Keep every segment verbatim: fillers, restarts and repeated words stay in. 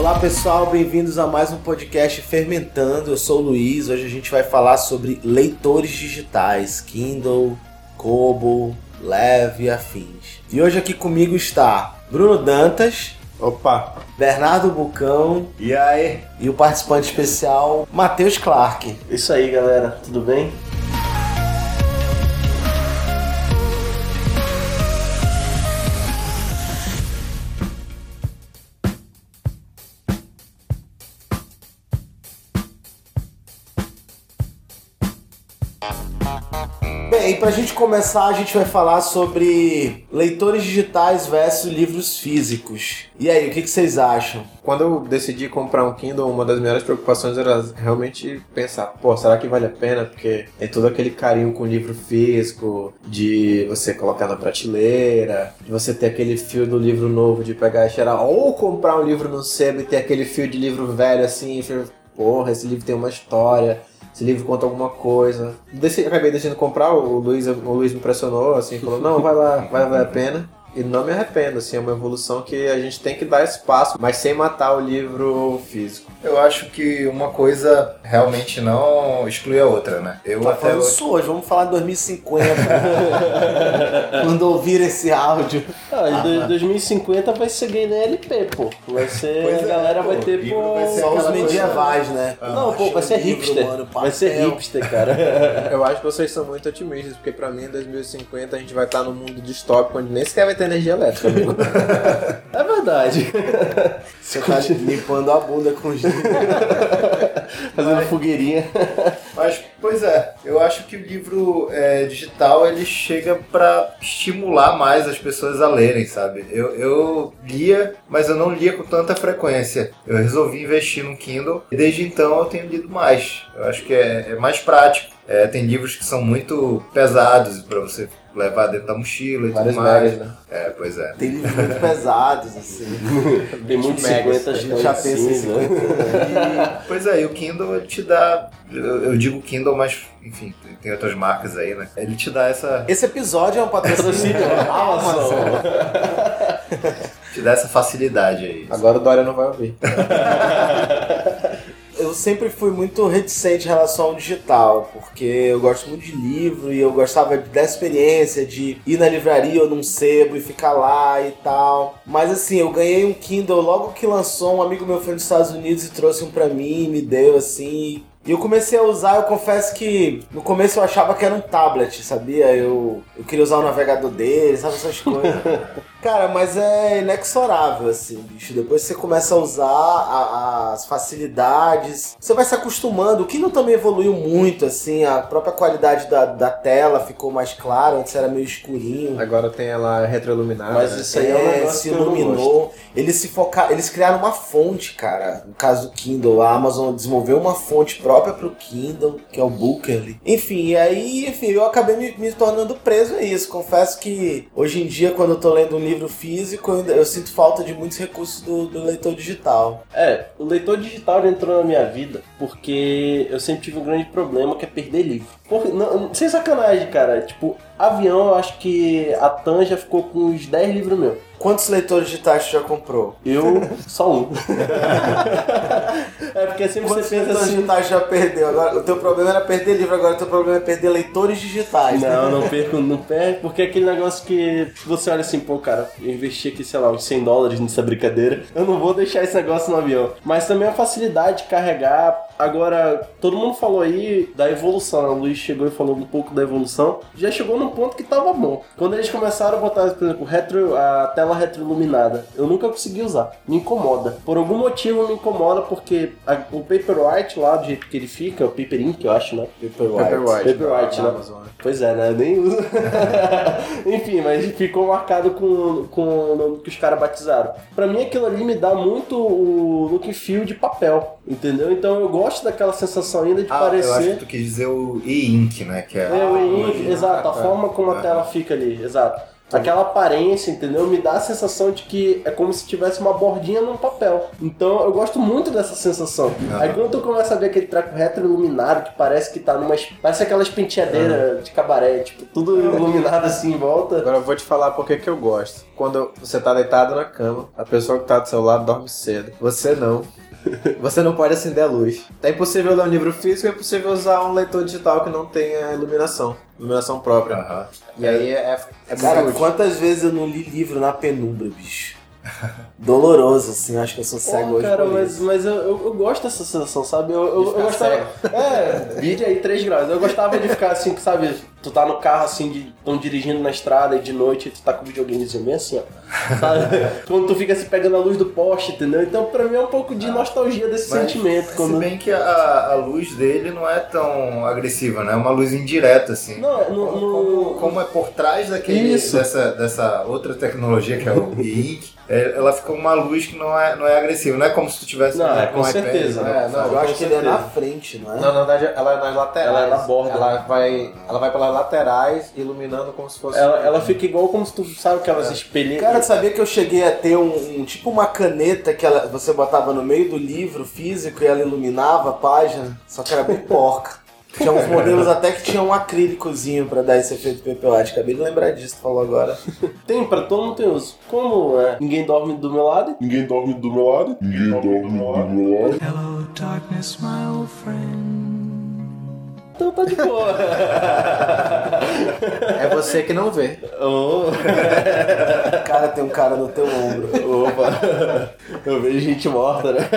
Olá pessoal, bem-vindos a mais um podcast Fermentando. Eu sou o Luiz, hoje a gente vai falar sobre leitores digitais, Kindle, Kobo, Leve e afins. E hoje aqui comigo está Bruno Dantas. Opa! Bernardo Bucão. E aí? E o participante especial, Matheus Clark. Isso aí, galera. Tudo bem? Bem, e pra gente começar, a gente vai falar sobre leitores digitais versus livros físicos. E aí, o que, que vocês acham? Quando eu decidi comprar um Kindle, uma das minhas preocupações era realmente pensar, pô, será que vale a pena? Porque tem todo aquele carinho com o livro físico, de você colocar na prateleira, de você ter aquele fio do livro novo de pegar e cheirar, ou comprar um livro no sebo e ter aquele fio de livro velho assim, e você, porra, esse livro tem uma história. Esse livro conta alguma coisa. Decidi, acabei decidindo comprar, o Luiz, o Luiz me pressionou, assim, falou, não, vai lá, vai valer a pena. E não me arrependo, assim, é uma evolução que a gente tem que dar espaço, mas sem matar o livro físico. Eu acho que uma coisa realmente não exclui a outra, né? Eu tá até falando hoje... isso hoje, vamos falar de dois mil e cinquenta. Quando ouvir esse áudio. Ah, em dois mil e cinquenta vai ser gay na L P, pô. Vai ser, Pois a é, galera pô, vai ter, livro pô... vai ser Só os aquela medievais, né? Não, pô, vai ser livro, hipster. mano, Vai ser papel. hipster, cara. Eu acho que vocês são muito otimistas, porque pra mim em dois mil e cinquenta a gente vai estar num mundo distópico onde nem sequer vai ter energia elétrica, amigo. É verdade. Você tá limpando a bunda com os livros. Fazendo Mas- fogueirinha. Mas, pois é, eu acho que o livro é, digital, ele chega pra estimular mais as pessoas a lerem, sabe? Eu, eu lia, mas eu não lia com tanta frequência. Eu resolvi investir no Kindle e desde então eu tenho lido mais. Eu acho que é, é mais prático. É, tem livros que são muito pesados pra você levar dentro da mochila e Várias tudo mais. megas, né? É, pois é. Tem livros muito pesados, assim. Tem muitos megas. cinquenta A gente já pensa em cinquenta. E, pois é, e o Kindle ele te dá, eu, eu digo Kindle, mas enfim, tem, tem outras marcas aí, né? Ele te dá essa, Esse episódio é um patrocínio Amazon. te dá essa facilidade aí. Agora o Dória não vai ouvir. Eu sempre fui muito reticente em relação ao digital, porque eu gosto muito de livro e eu gostava da experiência de ir na livraria ou num sebo e ficar lá e tal. Mas assim, eu ganhei um Kindle logo que lançou, um amigo meu foi nos Estados Unidos e trouxe um pra mim, me deu assim. E eu comecei a usar, eu confesso que no começo eu achava que era um tablet, sabia? Eu, eu queria usar o navegador dele, sabe, essas coisas. Cara, mas é inexorável, assim, bicho. Depois você começa a usar a- as facilidades, você vai se acostumando. O Kindle também evoluiu muito, assim, a própria qualidade da, da tela ficou mais clara, antes era meio escurinho. Agora tem ela retroiluminada. Mas né? isso aí é um É, negócio se que eu não iluminou. Eles se focaram, eles criaram uma fonte, cara. No caso do Kindle, a Amazon desenvolveu uma fonte própria pro Kindle, que é o Bookerly. Enfim, e aí, enfim, eu acabei me, me tornando preso a isso. Confesso que hoje em dia, quando eu tô lendo um livro físico, eu, ainda- eu sinto falta de muitos recursos do, do leitor digital. É, o leitor digital ele entrou na minha vida porque eu sempre tive um grande problema que é perder livro. Por, não, sem sacanagem, cara. Tipo, avião, eu acho que a Tan já ficou com uns dez livros meus. Quantos leitores digitais você já comprou? Eu, só um. É porque sempre Quantos você pensa leitores assim... digitais já perdeu? Agora, o teu problema era perder livro, agora o teu problema é perder leitores digitais. Não, não perco, não perco, porque é aquele negócio que você olha assim, pô, cara, eu investi aqui, sei lá, uns cem dólares nessa brincadeira, eu não vou deixar esse negócio no avião. Mas também a facilidade de carregar. Agora, todo mundo falou aí da evolução, o Luiz chegou e falou um pouco da evolução, já chegou num ponto que tava bom. Quando eles começaram a botar, por exemplo, retro, a tela retroiluminada, eu nunca consegui usar, me incomoda. Por algum motivo me incomoda, porque a, o Paperwhite lá, do jeito que ele fica, o Paper Ink, eu acho, né? Paperwhite. Paperwhite. Paperwhite, da né? Amazon, né? Pois é, né? Eu nem uso. Enfim, mas ficou marcado com, com o nome que os caras batizaram. Pra mim, aquilo ali me dá muito o look and feel de papel, entendeu? Então eu gosto daquela sensação ainda de Ah, eu acho que parecer... tu quis dizer o e-ink, né? Que é, É, o e-ink, imagina. exato, a Ah, tá. forma como a Ah. tela fica ali, exato. Aquela aparência, entendeu? Me dá a sensação de que é como se tivesse uma bordinha num papel. Então eu gosto muito dessa sensação. Uhum. Aí quando tu começa a ver aquele treco retroiluminado que parece que tá numa... Parece aquelas penteadeiras uhum. de cabaré, tipo, tudo iluminado assim em volta. Agora eu vou te falar por que que eu gosto. Quando você tá deitado na cama, a pessoa que tá do seu lado dorme cedo. Você não. Você não pode acender a luz. É impossível ler um livro físico, é impossível usar um leitor digital que não tenha iluminação. Iluminação própria. Uhum. E aí é, é Cara, muito quantas vezes eu não li livro na penumbra, bicho? Doloroso, assim, acho que eu sou cego Pô, hoje. Cara, mas, mas eu, eu, eu gosto dessa sensação, sabe? Eu, eu, eu gostava. É, vídeo aí três graus. Eu gostava de ficar assim, sabe? Tu tá no carro assim, de, tão dirigindo na estrada e de noite tu tá com o videogamezinho bem assim, ó. Sabe? Quando tu fica assim pegando a luz do poste, entendeu? Então pra mim é um pouco de nostalgia desse mas, sentimento. Quando... Se bem que a, a luz dele não é tão agressiva, né? É uma luz indireta, assim. Não, no, como, no... como, como é por trás daquele, dessa, dessa outra tecnologia que é o e-ink. Ela fica uma luz que não é, não é agressiva, não é como se tu tivesse não, um, é, com um certeza, iPad, né? Não, eu acho que certeza. ele é na frente, não é? Não, na verdade ela é nas laterais. Ela é na borda. Ela vai, ela vai pelas laterais, iluminando como se fosse... Ela, ela fica igual como se tu sabe aquelas é. espelhinhas. Cara, tu sabia que eu cheguei a ter um, um tipo uma caneta que ela, você botava no meio do livro físico e ela iluminava a página, só que era bem porca. Tinha uns modelos até que tinham um acrílicozinho pra dar esse efeito P P O. Acabei de lembrar disso, tu falou agora. Tem, pra todo mundo tem uso. Como é? Ninguém dorme do meu lado. Ninguém dorme do meu lado. Ninguém dorme do meu lado. Hello, darkness, my old friend. Então tá de boa. É você que não vê. Oh. Cara, tem um cara no teu ombro. Opa. Eu vejo gente morta, né?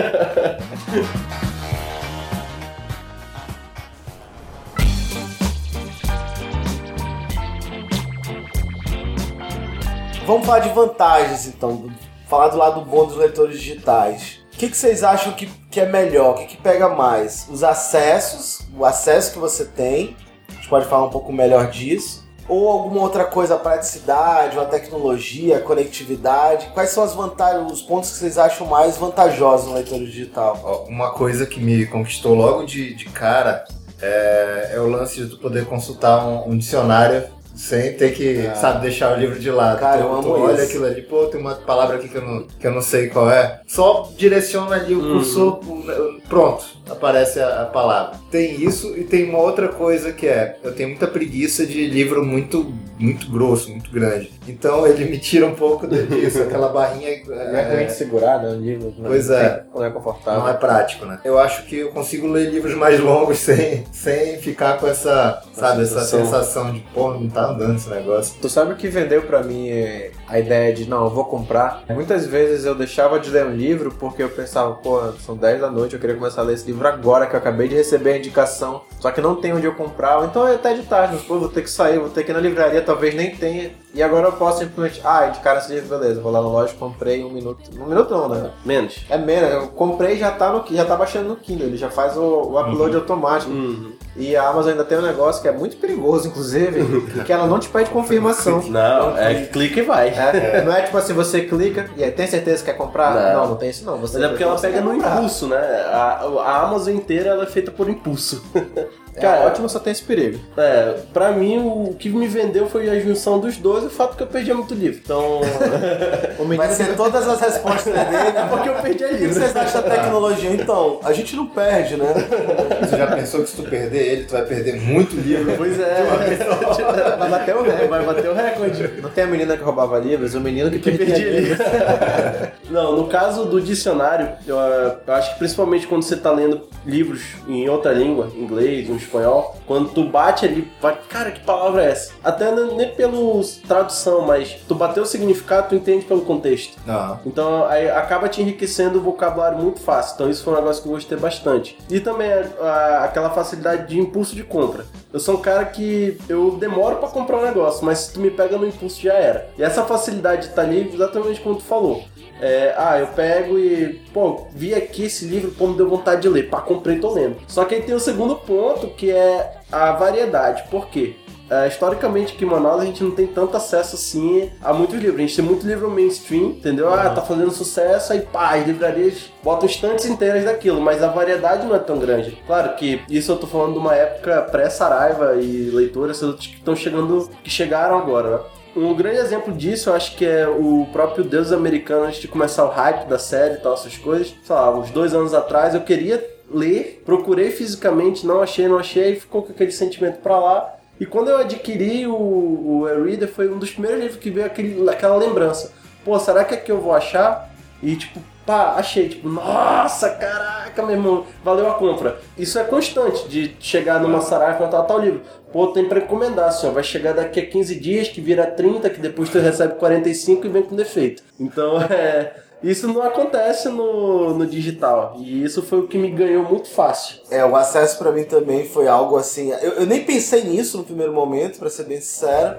Vamos falar de vantagens, então. Falar do lado bom dos leitores digitais. O que, que vocês acham que, que é melhor? O que, que pega mais? Os acessos, o acesso que você tem. A gente pode falar um pouco melhor disso. Ou alguma outra coisa, a praticidade, a tecnologia, a conectividade. Quais são as vantagens, os pontos que vocês acham mais vantajosos no leitor digital? Uma coisa que me conquistou logo de, de cara é, é o lance de tu poder consultar um, um dicionário sem ter que, ah. sabe, deixar o livro de lado. Cara, tu, eu amo tu olha isso. aquilo ali, pô, tem uma palavra aqui que eu não, que eu não sei qual é. Só direciona ali o uhum. cursor, pronto, aparece a, a palavra. Tem isso e tem uma outra coisa que é, eu tenho muita preguiça de livro muito, muito grosso, muito grande. Então ele me tira um pouco disso, aquela barrinha... Não é ruim de segurar, né, o livro. Pois é. Não é confortável. Não é prático, né? Eu acho que eu consigo ler livros mais longos sem, sem ficar com essa, sabe, essa sensação de, pô, não tá andando esse negócio. Tu sabe o que vendeu pra mim a ideia de, não, eu vou comprar? Muitas vezes eu deixava de ler um livro porque eu pensava, pô, são dez da noite, eu queria começar a ler esse livro agora que eu acabei de receber a indicação, só que não tem onde eu comprar, ou então é até de tarde, mas, pô, vou ter que sair, vou ter que ir na livraria, talvez nem tenha, e agora eu posso simplesmente, ah, indicaram esse livro, beleza, vou lá na loja, comprei um minuto, um minuto não, né? Menos. É menos, eu comprei e já tá, no, já tá baixando no Kindle, ele já faz o, o upload uhum. automático. Uhum. E a Amazon ainda tem um negócio que é muito perigoso, inclusive, que ela não te pede confirmação. Não, é clica e vai. É, não é tipo assim, você clica e aí, tem certeza que quer comprar? Não, não, não tem isso não. Você Mas é porque ela pega no comprar. impulso, né? A, a Amazon inteira ela é feita por impulso. Cara, é ótimo, só tem esse perigo. É, pra mim o que me vendeu foi a junção dos dois e o fato que eu perdi muito livro. Então. O menino vai ser todas as respostas dele, é porque eu perdi a livro. O que vocês acham da tecnologia? Então, a gente não perde, né? Você já pensou que se tu perder ele, tu vai perder muito livro? Pois é, vai bater o recorde. Vai bater o recorde. Não tem a menina que roubava livros, o menino que, que perdia, perdia livros. Não, no caso do dicionário, eu, eu acho que principalmente quando você tá lendo livros em outra língua, inglês, um espanhol, quando tu bate ali, vai, cara, que palavra é essa? Até nem pela tradução, mas tu bateu o significado, tu entende pelo contexto. Uhum. Então aí acaba te enriquecendo o vocabulário muito fácil. Então isso foi um negócio que eu gostei bastante. E também a, a, aquela facilidade de impulso de compra. Eu sou um cara que eu demoro pra comprar um negócio, mas se tu me pega no impulso já era. E essa facilidade tá ali exatamente como tu falou. É, ah, eu pego e, pô, vi aqui esse livro, pô, me deu vontade de ler, pá, comprei e tô lendo. Só que aí tem o segundo ponto, que é a variedade. Por quê? É, historicamente aqui em Manaus a gente não tem tanto acesso assim a muitos livros. A gente tem muito livro mainstream, entendeu? Ah, tá fazendo sucesso, aí pá, as livrarias botam estantes inteiras daquilo, mas a variedade não é tão grande. Claro que isso eu tô falando de uma época pré-Saraiva e leituras que estão chegando, que chegaram agora, né? Um grande exemplo disso, eu acho que é o próprio Deus Americano, antes de começar o hype da série e tal, essas coisas. Sei lá, uns dois anos atrás eu queria ler, procurei fisicamente, não achei, não achei, ficou com aquele sentimento pra lá. E quando eu adquiri o, o E-Reader, foi um dos primeiros livros que veio aquele, aquela lembrança. Pô, será que aqui eu vou achar? E tipo, pá, achei. Tipo, nossa, caraca, meu irmão, valeu a compra. Isso é constante, de chegar numa Saraiva e contar tal livro. Pô, tem pra encomendar, assim, ó, vai chegar daqui a quinze dias, que vira trinta, que depois tu recebe quarenta e cinco e vem com defeito. Então, é... Isso não acontece no, no digital. E isso foi o que me ganhou muito fácil. É, o acesso pra mim também foi algo assim... Eu, eu nem pensei nisso no primeiro momento, pra ser bem sincero.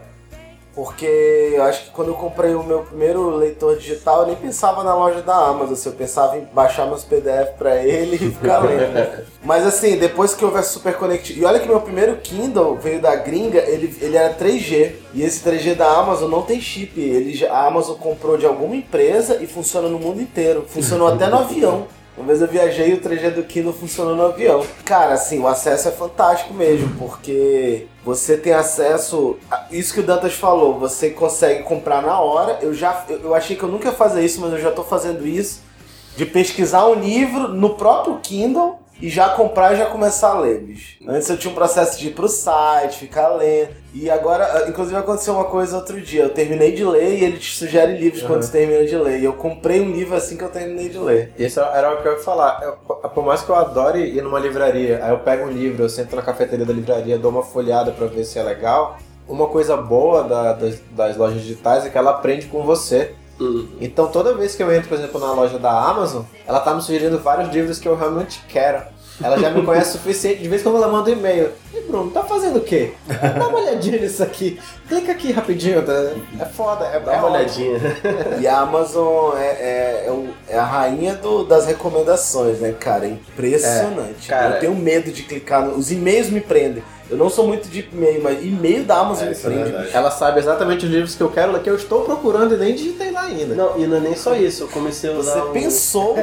Porque eu acho que quando eu comprei o meu primeiro leitor digital, eu nem pensava na loja da Amazon. Assim, eu pensava em baixar meus P D F pra ele e ficar lendo. Mas assim, depois que houve a super conectividade... E olha que meu primeiro Kindle veio da gringa, ele, ele era três G. E esse três G da Amazon não tem chip. Ele, já- a Amazon comprou de alguma empresa e funciona no mundo inteiro. Funcionou até no avião. Uma vez eu viajei e o três G do Kindle funcionou no avião. Cara, assim, o acesso é fantástico mesmo, porque você tem acesso... a- Isso que o Dantas falou, você consegue comprar na hora. Eu já eu eu achei que eu nunca ia fazer isso, mas eu já tô fazendo isso. De pesquisar um livro no próprio Kindle e já comprar e já começar a ler, bicho. Antes eu tinha um processo de ir pro site, ficar lendo. E agora, inclusive aconteceu uma coisa outro dia. Eu terminei de ler e ele te sugere livros quando você termina de ler. E eu comprei um livro assim que eu terminei de ler. Isso era o que eu ia falar. Eu, por mais que eu adore ir numa livraria, aí eu pego um livro, eu sento na cafeteria da livraria, dou uma folhada pra ver se é legal. Uma coisa boa da- das, das lojas digitais é que ela aprende com você. Então toda vez que eu entro, por exemplo, na loja da Amazon, ela tá me sugerindo vários livros que eu realmente quero. Ela já me conhece o suficiente, de vez em quando ela manda um e-mail. E Bruno, tá fazendo o quê? Dá uma olhadinha nisso aqui. Clica aqui rapidinho, tá? É foda, é, Dá é uma ótimo. olhadinha. E a Amazon é, é, é, o- é a rainha do- das recomendações, né, cara? É impressionante. É, cara. Eu tenho medo de clicar. No, os e-mails me prendem. Eu não sou muito de e-mail, mas e-mail da Amazon É, me isso é prende. verdade. bicho. Ela sabe exatamente os livros que eu quero, que eu estou procurando e nem digitei lá ainda. Não, e não é nem só isso, eu comecei a usar Você o... pensou?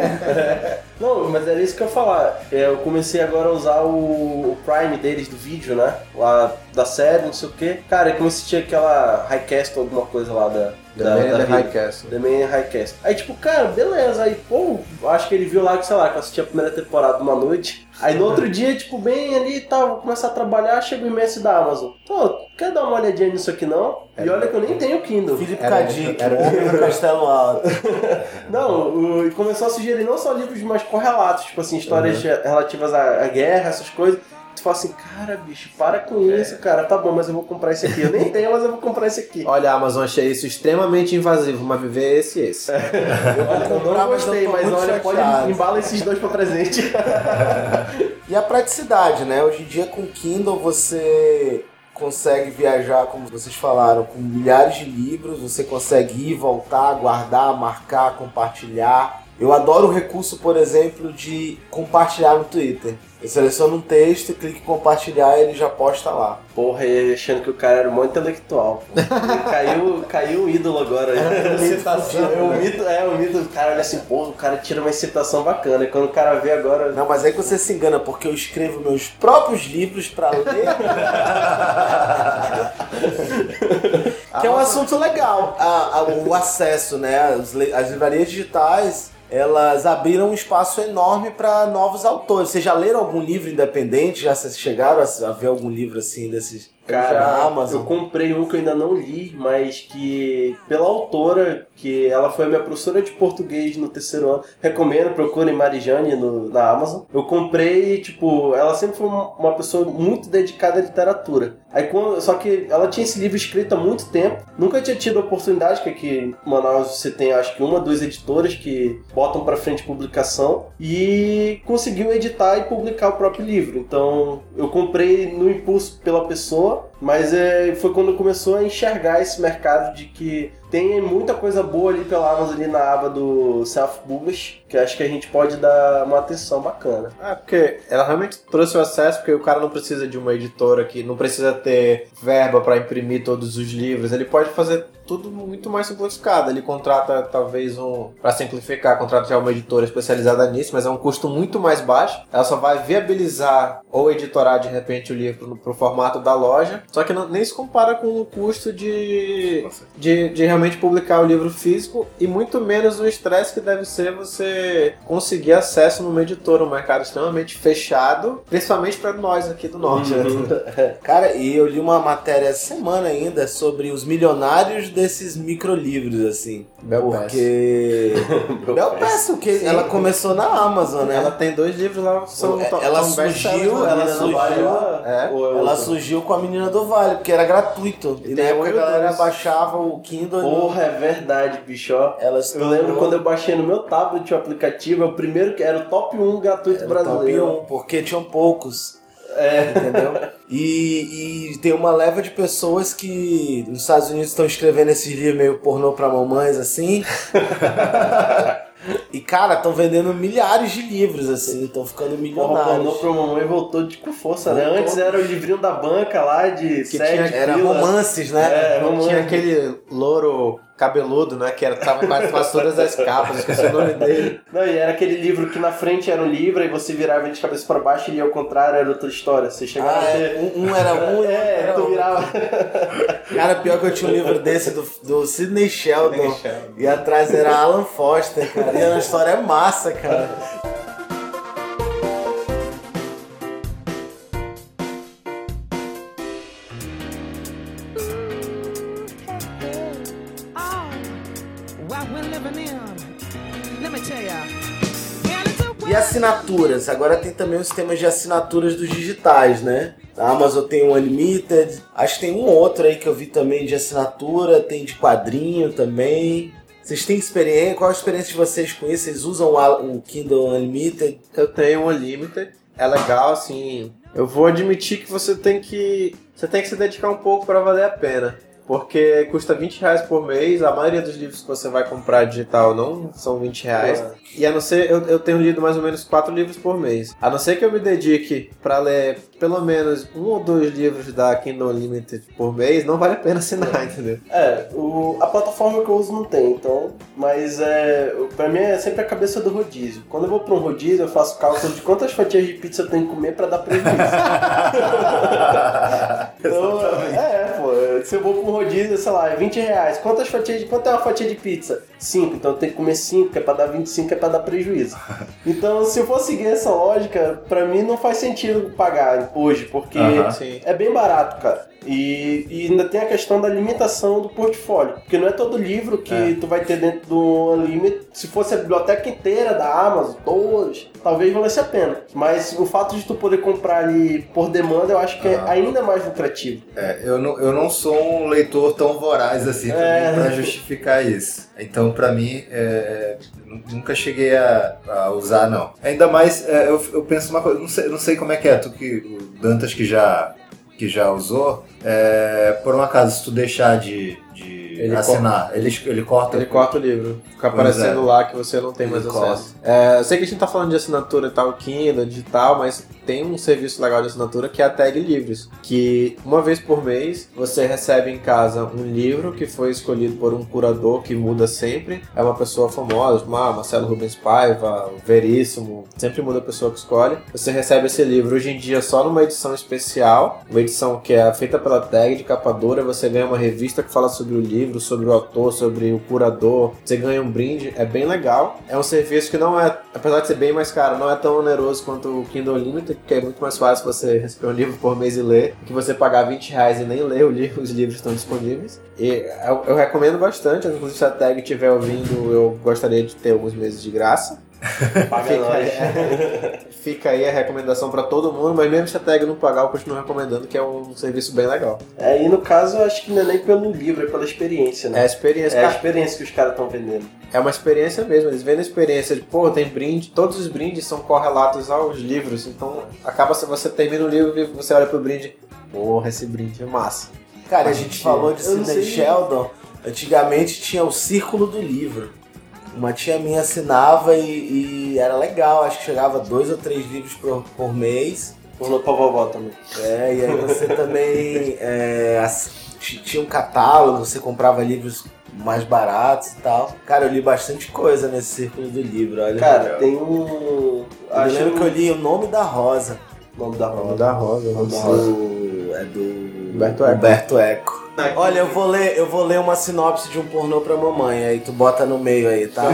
Não, mas era isso que eu ia falar. É, eu comecei agora a usar o, o Prime deles do vídeo, né? Lá da série, não sei o que. Cara, eu comecei a assistir aquela Highcast ou alguma coisa lá da... The da, Man da and the vida. High Castle. The Man and Highcast. Aí tipo, cara, beleza. Aí, pô, eu acho que ele viu lá que, sei lá, que eu assisti a primeira temporada uma noite. Aí no outro dia, tipo, bem ali e tal, vou começar a trabalhar, chega o e-mail da Amazon. Pô, quer dar uma olhadinha nisso aqui não? E olha que eu nem tenho Kindle. Felipe Era- Cadic, era- Homem do Castelo Alto. Não, o- e começou a sugerir não só livros, mas correlatos, tipo assim, histórias relativas à, à guerra, essas coisas. Tu fala assim, cara, bicho, para com isso, cara, tá bom, mas eu vou comprar esse aqui. Eu nem tenho, mas eu vou comprar esse aqui. Olha, Amazon, achei isso extremamente invasivo, mas viver esse e esse. Eu, eu comprar, não mas eu gostei, tô mas muito olha, chateado. pode embala esses dois pra presente. E a praticidade, né? Hoje em dia com Kindle você consegue viajar, como vocês falaram, com milhares de livros, você consegue ir, voltar, guardar, marcar, compartilhar. Eu adoro o recurso, por exemplo, de compartilhar no Twitter. Eu seleciono um texto, clico em compartilhar e ele já posta lá. Porra, e achando que o cara era mó intelectual. Pô. Caiu, caiu o ídolo agora. citação, é, o né? mito, é, o mito, o cara olha assim, pô, o cara tira uma citação bacana. E quando o cara vê agora... Não, mas aí que você se engana, porque eu escrevo meus próprios livros pra ler. Que é um assunto legal. A- a- o acesso, né? As, le- as livrarias digitais, elas abriram um espaço enorme para novos autores. Vocês já leram algum livro independente? Já vocês chegaram a, a ver algum livro assim desses? Cara, da Amazon? eu comprei um que eu ainda não li, mas que pela autora, que ela foi a minha professora de português no terceiro ano, recomendo, procurem Marijane no, na Amazon. Eu comprei, tipo, ela sempre foi uma uma pessoa muito dedicada à literatura. Aí quando, só que ela tinha esse livro escrito há muito tempo, nunca tinha tido a oportunidade, que aqui em Manaus você tem acho que uma, duas editoras que botam pra frente publicação, e conseguiu editar e publicar o próprio livro. Então eu comprei no impulso pela pessoa, mas é, foi quando começou a enxergar esse mercado de que tem muita coisa boa ali pela Amazon, ali na aba do Self-Publish, que acho que a gente pode dar uma atenção bacana. É, porque ela realmente trouxe o acesso, porque o cara não precisa de uma editora que não precisa ter verba para imprimir todos os livros, ele pode fazer tudo muito mais simplificado. Ele contrata talvez um, para simplificar, contrata já uma editora especializada nisso, mas é um custo muito mais baixo. Ela só vai viabilizar ou editorar de repente o livro no, pro formato da loja, Só que não, nem se compara com o custo de, de, de realmente publicar o livro físico e muito menos o estresse que deve ser você conseguir acesso numa editora, um mercado extremamente fechado, principalmente para nós aqui do Norte. Né? Cara, e eu li uma matéria essa semana ainda sobre os milionários desses microlivros, assim. Bel porque... Bel Pass, porque Sim. ela começou na Amazon, né? Ela tem dois livros lá, são ela são best-sellers, surgiu, né? ela Menina do surgiu, Vale lá. É. Ou é ela outra? surgiu com a Menina do Vale, porque era gratuito. E, E na tem época a um e o galera dois. baixava o Kindle. Porra, é verdade, bicho, ó. Ela se Eu lembro tornou- quando eu baixei no meu tablet o aplicativo, é o primeiro que era o top um gratuito Era o top brasileiro. um, porque tinham poucos. É. Entendeu? E, e tem uma leva de pessoas que nos Estados Unidos estão escrevendo esses livros meio pornô pra mamães, assim. E, cara, estão vendendo milhares de livros, assim, estão ficando Porra, milionários. pornô pra mamãe voltou de com força, né? Voltou. Antes era o livrinho da banca lá de Que sete tinha- Era pila. romances, né? É, romance. Tinha aquele louro cabeludo, né? Que era, tava quase quase todas as capas, esqueci o nome dele. Não, e era aquele livro que na frente era um livro, aí você virava ele de cabeça pra baixo e ia ao contrário, era outra história. Você chegava Ah, a ter... é, um, um era um e É, era tu outro. virava... Cara, pior que eu tinha um livro desse do, do Sidney Sheldon. Sidney Sheldon. E atrás era Alan Foster, cara. E a história é massa, cara. What we're living in. Let me tell ya. And it's a E assinaturas? Agora tem também os sistemas de assinaturas dos digitais, né? A Amazon tem o Unlimited. Acho que tem um outro aí que eu vi também de assinatura. Tem de quadrinho também. Vocês têm experiência? Qual a experiência de vocês com isso? Vocês usam o Kindle Unlimited? Eu tenho um Unlimited, é legal, assim. Eu vou admitir que você tem que. Você tem que se dedicar um pouco para valer a pena. Porque custa vinte reais por mês, a maioria dos livros que você vai comprar digital não são vinte reais. E a não ser, eu, eu tenho lido mais ou menos quatro livros por mês. A não ser que eu me dedique para ler pelo menos um ou dois livros da Kindle Unlimited por mês, não vale a pena assinar, entendeu? É, o, a plataforma que eu uso não tem, então... Mas é, pra mim é sempre a cabeça do rodízio. Quando eu vou pra um rodízio, eu faço cálculo de quantas fatias de pizza eu tenho que comer pra dar prejuízo. Então, é, pô, se eu vou pra um rodízio, sei lá, é vinte reais. Quantas fatias de, quanto é uma fatia de pizza? cinco, então eu tenho que comer cinco, que é pra dar vinte e cinco, que é pra dar prejuízo. Então, se eu for seguir essa lógica, pra mim não faz sentido pagar hoje, porque Aham. Sim. é bem barato, cara. E, e ainda tem a questão da limitação do portfólio. Porque não é todo livro que É. tu vai ter dentro do Unlimited. Se fosse a biblioteca inteira da Amazon, todos, talvez valesse a pena. Mas o fato de tu poder comprar ali por demanda, eu acho que é Ah. ainda mais lucrativo. É, eu, não, eu não sou um leitor tão voraz assim pra, É. mim, pra justificar isso. Então, pra mim, é, nu- nunca cheguei a, a usar, não. Ainda mais, é, eu, eu penso uma coisa, não sei, não sei como é que é, tu que, o Dantas que já, que já usou, é, por um acaso, se tu deixar de, de Ele assinar, ele, ele corta... Ele corta o livro. Fica Pois aparecendo é. lá que você não tem Ele mais corta. acesso. É, eu sei que a gente tá falando de assinatura e tal, Kindle, digital, mas tem um serviço legal de assinatura que é a Tag Livros. Que uma vez por mês você recebe em casa um livro que foi escolhido por um curador que muda sempre. É uma pessoa famosa, como ah, Marcelo Rubens Paiva, o Veríssimo, sempre muda a pessoa que escolhe. Você recebe esse livro hoje em dia só numa edição especial, uma edição que é feita pela Tag de capa dura. Você ganha uma revista que fala sobre o livro, sobre o autor, sobre o curador. Você ganha um brinde, é bem legal. É um serviço que não é, apesar de ser bem mais caro, não é tão oneroso quanto o Kindle Unlimited, porque é muito mais fácil você receber um livro por mês e ler, que você pagar vinte reais e nem ler o livro, os livros estão disponíveis. E eu, eu recomendo bastante, inclusive se a Tag estiver ouvindo, eu gostaria de ter alguns meses de graça. Paga Fica nós. aí, fica aí a recomendação pra todo mundo, mas mesmo se a Tag não pagar, eu continuo recomendando, que é um serviço bem legal. É, e no caso, eu acho que não é nem pelo livro, é pela experiência, É né? a experiência, É a cara. experiência que os caras estão vendendo. É uma experiência mesmo, eles vendem a experiência de, pô, tem brinde, todos os brindes são correlatos aos livros, então acaba se você termina o livro e você olha pro brinde, porra, esse brinde é massa. Cara, a gente falou de Eu não Sidney sei. Sheldon. Antigamente tinha o Círculo do Livro. Uma tia minha assinava e, e era legal. Acho que chegava dois ou três livros por, por mês. Falou pra vovó também. É, e aí você também é, ass- t- tinha um catálogo, você comprava livros mais baratos e tal. Cara, eu li bastante coisa nesse Círculo do Livro. Olha, Cara, tem um... eu lembro que eu li O Nome da Rosa. O nome da Nome roda. da Rosa, Do, Rosa. é do Humberto Eco. Humberto Eco. Olha, eu vou ler, eu vou ler uma sinopse de um pornô pra mamãe, aí tu bota no meio aí, tá?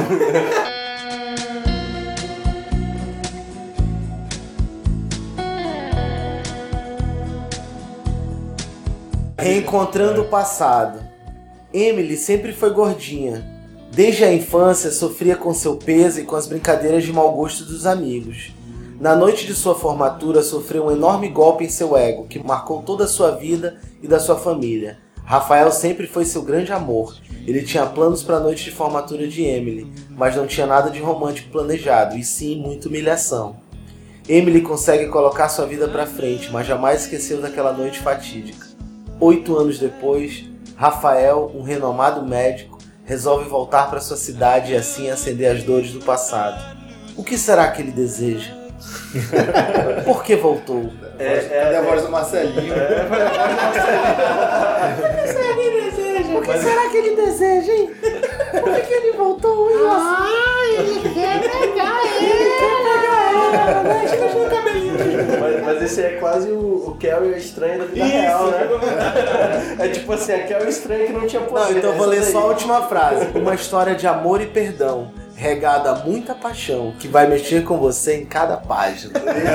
Reencontrando o passado. Emily sempre foi gordinha. Desde a infância sofria com seu peso e com as brincadeiras de mau gosto dos amigos. Na noite de sua formatura sofreu um enorme golpe em seu ego, que marcou toda a sua vida e da sua família. Rafael sempre foi seu grande amor. Ele tinha planos para a noite de formatura de Emily, mas não tinha nada de romântico planejado, e sim muita humilhação. Emily consegue colocar sua vida para frente, mas jamais esqueceu daquela noite fatídica. Oito anos depois, Rafael, um renomado médico, resolve voltar para sua cidade e assim acender as dores do passado. O que será que ele deseja? Por que voltou? É, é, a voz do Marcelinho. É, foi a voz do Marcelinho. O que será que ele deseja? O que Mas... será que ele deseja, hein? Por que, que ele voltou, hein? Ah, ele quer pegar ele. Ele quer pegar ela, né? Deixa no cabelinho. Mas, mas esse é quase o, o Kel estranho da vida Isso. real, né? É tipo assim, a Kel estranha que não tinha poder. Não, então eu vou ler só a última frase. Uma história de amor e perdão, regada a muita paixão, que vai mexer com você em cada página.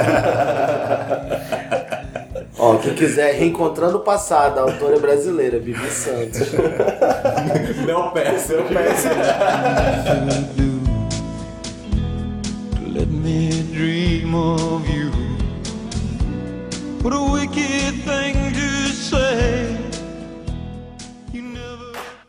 Ó, quem quiser, Reencontrando o Passado, a autora é brasileira, Bibi Santos. Não peça, não peça. Let me dream of you. What a wicked thing to say. You never.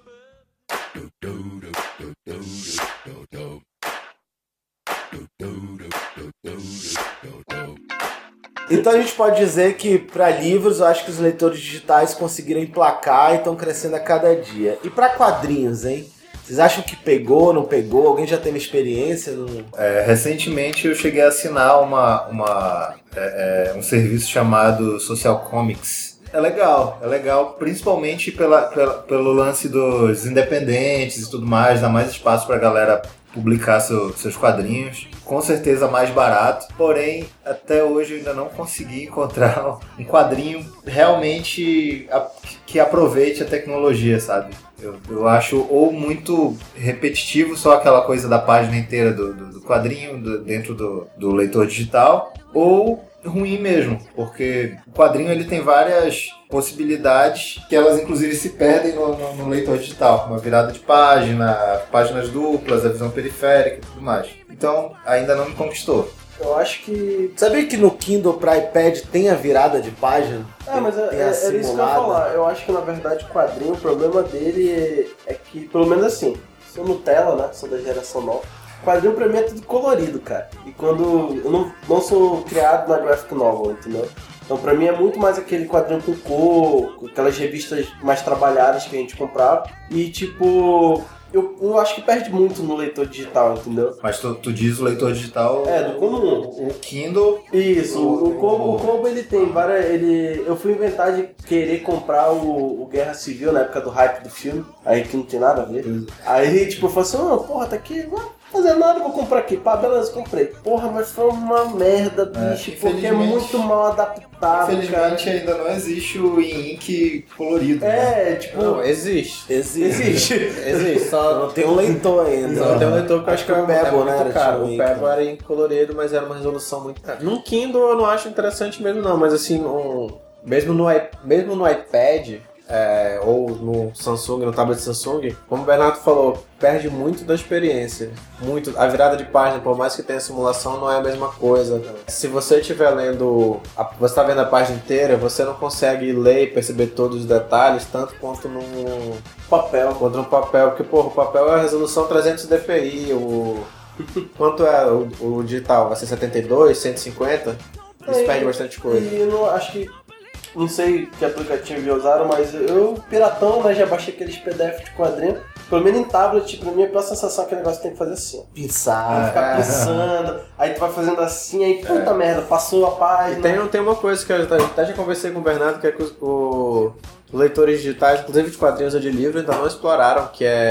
Então a gente pode dizer que para livros eu acho que os leitores digitais conseguiram emplacar e estão crescendo a cada dia. E para quadrinhos, hein? Vocês acham que pegou, não pegou? Alguém já teve experiência? No... É, recentemente eu cheguei a assinar uma, uma, é, é, um serviço chamado Social Comics. É legal, é legal, principalmente pela, pela, pelo lance dos independentes e tudo mais, dá mais espaço pra galera publicar seu, seus quadrinhos, com certeza mais barato, porém até hoje eu ainda não consegui encontrar um quadrinho realmente a, que aproveite a tecnologia, sabe? Eu, eu acho ou muito repetitivo, só aquela coisa da página inteira do, do, do quadrinho do, dentro do, do leitor digital, ou ruim mesmo, porque o quadrinho ele tem várias possibilidades que elas inclusive se perdem no, no, no leitor digital, uma virada de página, páginas duplas, a visão periférica e tudo mais. Então ainda não me conquistou. Eu acho que... Sabia que no Kindle para iPad tem a virada de página? Ah, mas é, é, é isso que eu ia falar. Eu acho que na verdade o quadrinho, o problema dele é, é que, pelo menos assim, sou Nutella, né? Sou da geração nova. Quadrinho pra mim é tudo colorido, cara. E quando... Eu não, não sou criado na graphic novel, entendeu? Então pra mim é muito mais aquele quadrinho com cor, com aquelas revistas mais trabalhadas que a gente comprava. E tipo... Eu, eu acho que perde muito no leitor digital, entendeu? Mas tu, tu diz o leitor digital... É, do comum. O Kindle... Isso, o, o, Kobo, o Kobo ele tem várias... Ele, eu fui inventar de querer comprar o, o Guerra Civil na época do hype do filme, aí que não tem nada a ver. Aí tipo, eu falei assim, oh, porra, tá aqui... fazer nada, vou comprar aqui. Pá, beleza, comprei. Porra, mas foi uma merda, bicho, é, porque é muito mal adaptado. Infelizmente cara. Ainda não existe o e-ink colorido. É, né? tipo... Não, existe. Existe. Existe. Existe, só não tem um leitor ainda. Só tem um leitor que eu acho que é, o Pebble, é muito né, caro. O ink, Pebble era em colorido, mas era uma resolução muito... No Kindle eu não acho interessante mesmo não, mas assim, um... mesmo, no, mesmo no iPad... É, ou no Samsung, no tablet Samsung, como o Bernardo falou, perde muito da experiência. Muito. A virada de página, por mais que tenha simulação, não é a mesma coisa. Se você estiver lendo, a, você está vendo a página inteira, você não consegue ler e perceber todos os detalhes, tanto quanto no papel. Quanto no papel, porque porra, o papel é a resolução trezentos D P I, o... quanto é o, o digital? Vai ser setenta e dois, cento e cinquenta? Isso e, perde bastante coisa. E eu não, acho que não sei que aplicativo já usaram, mas eu, piratão, né, já baixei aqueles P D F de quadrinho. Pelo menos em tablet, pra mim, a pior sensação é que o negócio tem que fazer assim, ó. Pisar. Ficar pisando, aí tu vai fazendo assim, aí puta é. merda, passou a página. E tem, tem uma coisa que eu até já conversei com o Bernardo, que é que os, o, os leitores digitais, inclusive de quadrinhos ou de livro, ainda não exploraram, que é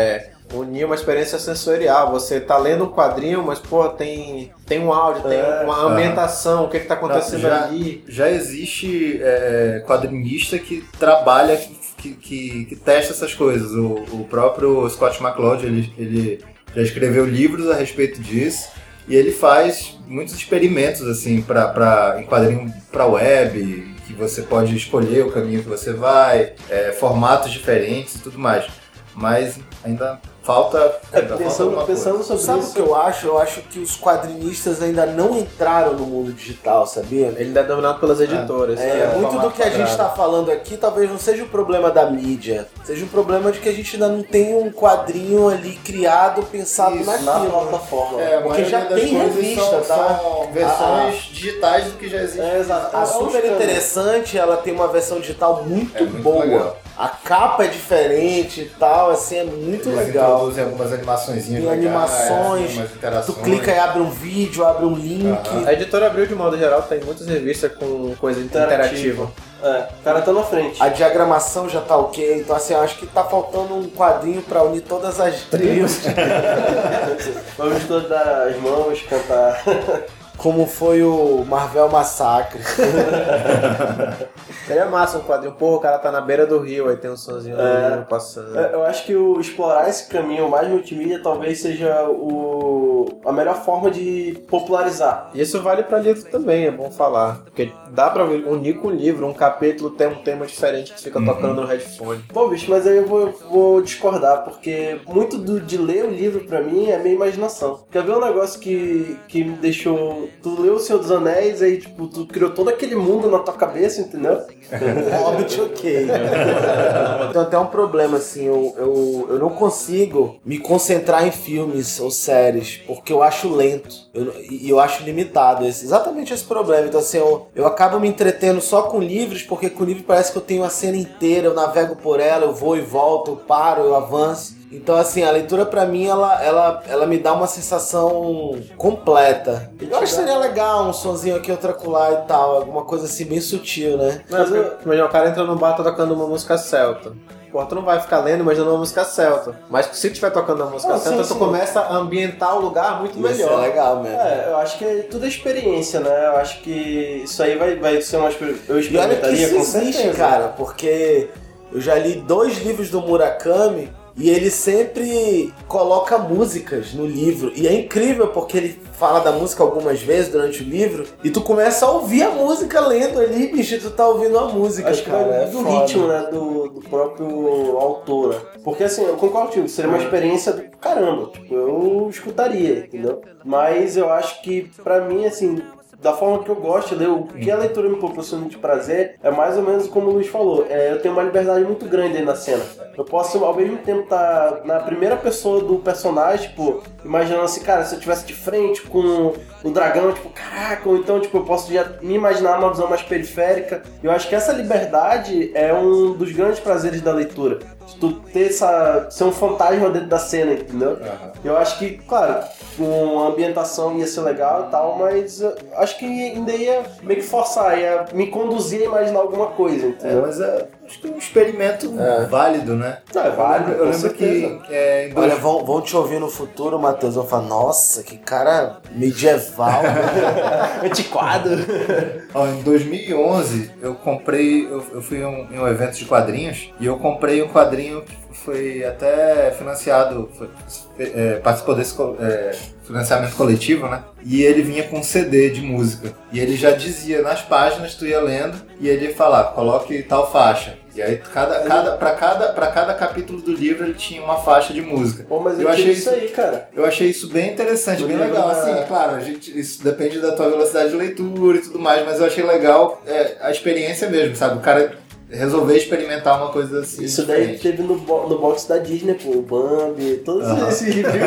unir uma experiência sensorial. Você tá lendo um quadrinho, mas, pô, tem, tem um áudio, tem É, uma ambientação, o que que tá acontecendo já, ali. já existe é, quadrinista que trabalha, que, que, que testa essas coisas. O, o próprio Scott McCloud, ele, ele já escreveu livros a respeito disso. E ele faz muitos experimentos assim pra, pra, em quadrinho para web, que você pode escolher o caminho que você vai, é, formatos diferentes e tudo mais. Mas ainda falta. Ainda Pensando, falta alguma pensando coisa. sobre Sabe o isso, que eu acho? Eu acho que os quadrinistas ainda não entraram no mundo digital, sabia? Ele ainda é dominado pelas editoras. É, que é o muito do formato que a gente quadrado. está falando aqui talvez não seja o problema da mídia, seja um problema de que a gente ainda não tem um quadrinho ali criado, pensado Isso, na naquilo. plataforma. É, a Porque maioria já das tem coisas revista, são, tá? são versões digitais do que já existe. É, exato. A É super buscando. interessante, ela tem uma versão digital muito, É muito boa. legal. A capa é diferente e tal, assim, é muito Eles legal. introduzem algumas animaçõezinhas Tem legais, animações, umas Tu interações. clica e abre um vídeo, abre um link. A editora Abril, de modo geral, tem muitas revistas com coisa interativa. É, o cara tá na frente. A diagramação já tá ok, então assim, eu acho que tá faltando um quadrinho pra unir todas as tribos. Vamos todas dar as mãos, cantar. Como foi o Marvel Massacre. Seria massa um quadrinho. Porra, o cara tá na beira do rio, aí tem um sonzinho É. do rio passando. É, Eu acho que o explorar esse caminho mais multimídia talvez seja o, a melhor forma de popularizar. Isso vale pra livro também, é bom falar. Porque dá pra unir com o livro, um capítulo tem um tema diferente que fica tocando no headphone. Bom, bicho, mas aí eu vou, vou discordar, porque muito do, de ler o livro pra mim é minha imaginação. Quer ver um negócio que, que me deixou... Tu leu O Senhor dos Anéis, aí tipo, tu criou todo aquele mundo na tua cabeça, entendeu? Hobbit, ok. Tem até um problema, assim, eu, eu, eu não consigo me concentrar em filmes ou séries, porque eu acho lento eu, e eu acho limitado. Esse, exatamente esse problema. Então, assim, eu, eu acabo me entretendo só com livros, porque com livro parece que eu tenho a cena inteira, eu navego por ela, eu vou e volto, eu paro, eu avanço. Então, assim, a leitura pra mim, ela, ela, ela me dá uma sensação completa. Eu acho que seria legal um sonzinho aqui, outro acolá e tal, alguma coisa assim bem sutil, né? Mas eu... Imagina, o cara entra no bar tocando uma música celta. Pô, tu não vai ficar lendo imaginando uma música celta. Mas se estiver tocando uma música Ah, celta, sim, tu sim. começa a ambientar o lugar muito Isso é melhor. legal mesmo. É, eu acho que tudo é experiência, né? Eu acho que isso aí vai, vai ser uma experiência. Eu E olha que experimentaria isso com existe, certeza. cara, porque eu já li dois livros do Murakami e ele sempre coloca músicas no livro. E é incrível porque ele fala da música algumas vezes durante o livro e tu começa a ouvir a música lendo ali, bicho, tu tá ouvindo a música, Acho que cara. vai é do foda. ritmo, né? Do, do próprio autor. Né? Porque assim, eu concordo contigo, seria uma experiência do caramba. Tipo, eu escutaria, entendeu? Mas eu acho que pra mim, assim, da forma que eu gosto de ler, o que a leitura me proporciona de prazer é mais ou menos como o Luiz falou. É, eu tenho uma liberdade muito grande aí na cena. Eu posso, ao mesmo tempo, estar na primeira pessoa do personagem, tipo, imaginando assim, cara, se eu estivesse de frente com o dragão, tipo, caraca, ou então, tipo, eu posso já me imaginar uma visão mais periférica. Eu acho que essa liberdade é um dos grandes prazeres da leitura. De tu ter essa... ser um fantasma dentro da cena, entendeu? Aham. Eu acho que, claro, com a ambientação ia ser legal e tal, mas eu acho que ainda ia meio que forçar, ia me conduzir a imaginar alguma coisa, É, entendeu? mas é, acho que é um experimento válido, né? Não, é válido, Eu com lembro certeza. que é, em dois- Olha, vão, vão te ouvir no futuro, Matheus, vão falar, nossa, que cara medieval. Antiquado. ó, em dois mil e onze eu comprei, eu, eu fui em um, em um evento de quadrinhos e eu comprei um quadrinho que foi até financiado, foi, é, participou desse co- é, financiamento coletivo, né? E ele vinha com um C D de música. E ele já dizia nas páginas, tu ia lendo, e ele ia falar, coloque tal faixa. E aí, cada, cada, pra, cada, pra cada capítulo do livro, ele tinha uma faixa de música. Pô, mas eu, Eu achei achei isso- isso aí, cara. Eu achei isso bem interessante, Do bem livro legal. da- Assim, claro, a gente, isso depende da tua velocidade de leitura e tudo mais, mas eu achei legal é, a experiência mesmo, sabe? O cara resolver experimentar uma coisa assim. Isso daí diferente. teve no, bo- no box da Disney, pô, o Bambi, todos Aham. esses livros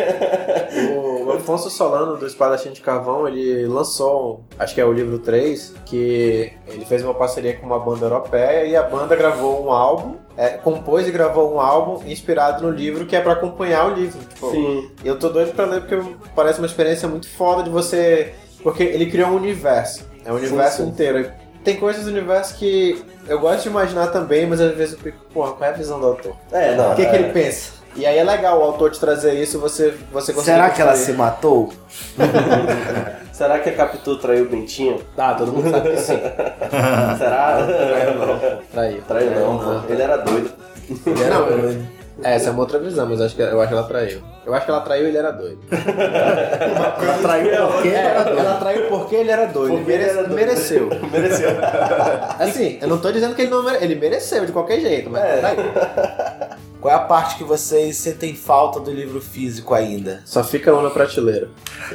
tinha. O Afonso Solano, do Espadachim de Carvão, ele lançou, acho que é o livro três, que ele fez uma parceria com uma banda europeia e a banda gravou um álbum, é, compôs e gravou um álbum inspirado no livro, que é pra acompanhar o livro. Tipo, Sim. eu tô doido pra ler porque parece uma experiência muito foda de você... Porque ele criou um universo, é um universo sim. inteiro. Tem coisas do universo que eu gosto de imaginar também, mas às vezes eu fico, porra, qual é a visão do autor? É, não. O que, é. que ele pensa? E aí é legal o autor te trazer isso e você, você conseguir... Será que ela se construir. matou? Será que a Capitu traiu o Bentinho? Ah, todo mundo sabe que sim. Será? Traiu não. Traiu. Traiu não, pô. Ele era doido. Ele era doido. É, essa é uma outra visão, mas eu acho que, eu acho que ela traiu. Eu acho que ela traiu e ele era doido. Ela traiu porque É, ela traiu porque ele era doido. Porque Ele ele era doido. mereceu. Mereceu. Assim, eu não tô dizendo que ele não mere... ele mereceu de qualquer jeito, mas É. traiu. Qual é a parte que vocês sentem falta do livro físico ainda? Só fica um na prateleira.